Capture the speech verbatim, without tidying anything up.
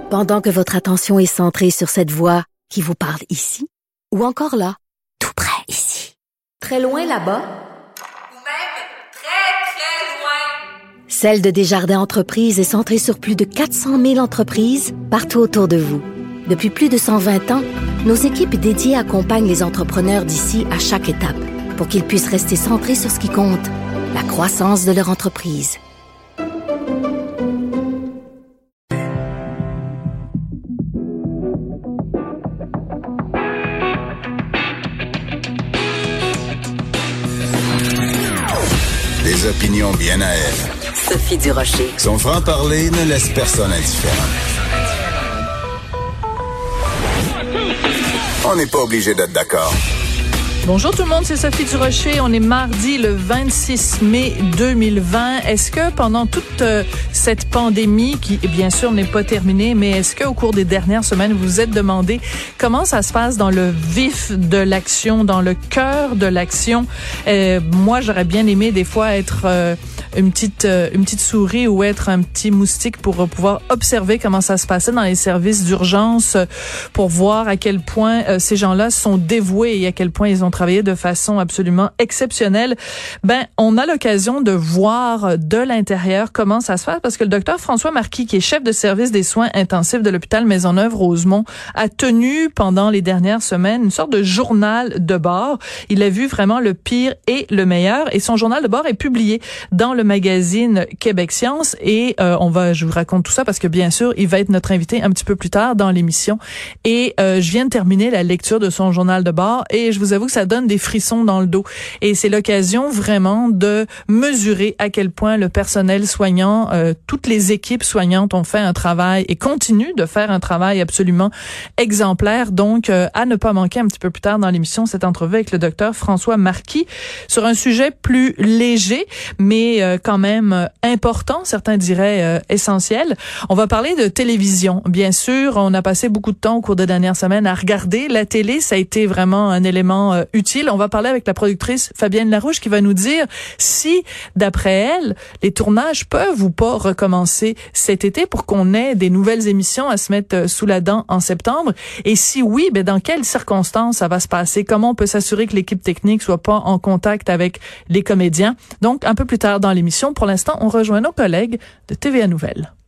Pendant que votre attention est centrée sur cette voix qui vous parle ici, ou encore là, tout près ici, très loin là-bas, ou même très, très loin. Celle de Desjardins Entreprises est centrée sur plus de quatre cent mille entreprises partout autour de vous. Depuis plus de cent vingt ans, nos équipes dédiées accompagnent les entrepreneurs d'ici à chaque étape pour qu'ils puissent rester centrés sur ce qui compte, la croissance de leur entreprise. Des opinions bien à elle. Sophie Durocher. Son franc-parler ne laisse personne indifférent. On n'est pas obligé d'être d'accord. Bonjour tout le monde, c'est Sophie Durocher. On est mardi le vingt-six mai deux mille vingt. Est-ce que pendant toute euh, cette pandémie, qui bien sûr n'est pas terminée, mais est-ce qu'au cours des dernières semaines, vous vous êtes demandé comment ça se passe dans le vif de l'action, dans le cœur de l'action? Euh, moi, j'aurais bien aimé des fois être euh, une petite euh, une petite souris ou être un petit moustique pour euh, pouvoir observer comment ça se passait dans les services d'urgence, euh, pour voir à quel point euh, ces gens-là sont dévoués et à quel point ils ont travaillé de façon absolument exceptionnelle. Ben, on a l'occasion de voir de l'intérieur comment ça se passe parce que le docteur François Marquis, qui est chef de service des soins intensifs de l'hôpital Maisonneuve-Rosemont, a tenu pendant les dernières semaines une sorte de journal de bord. Il a vu vraiment le pire et le meilleur et son journal de bord est publié dans le magazine Québec Science et euh, on va, je vous raconte tout ça parce que bien sûr, il va être notre invité un petit peu plus tard dans l'émission et euh, je viens de terminer la lecture de son journal de bord et je vous avoue que ça donne des frissons dans le dos. Et c'est l'occasion vraiment de mesurer à quel point le personnel soignant, euh, toutes les équipes soignantes ont fait un travail et continuent de faire un travail absolument exemplaire. Donc, euh, à ne pas manquer un petit peu plus tard dans l'émission, cette entrevue avec le docteur François Marquis sur un sujet plus léger, mais euh, quand même euh, important, certains diraient euh, essentiel. On va parler de télévision. Bien sûr, on a passé beaucoup de temps au cours des dernières semaines à regarder la télé. Ça a été vraiment un élément euh, utile. On va parler avec la productrice Fabienne Larouche qui va nous dire si, d'après elle, les tournages peuvent ou pas recommencer cet été pour qu'on ait des nouvelles émissions à se mettre sous la dent en septembre. Et si oui, ben dans quelles circonstances ça va se passer? Comment on peut s'assurer que l'équipe technique soit pas en contact avec les comédiens? Donc, un peu plus tard dans l'émission, pour l'instant, on rejoint nos collègues de T V A Nouvelles.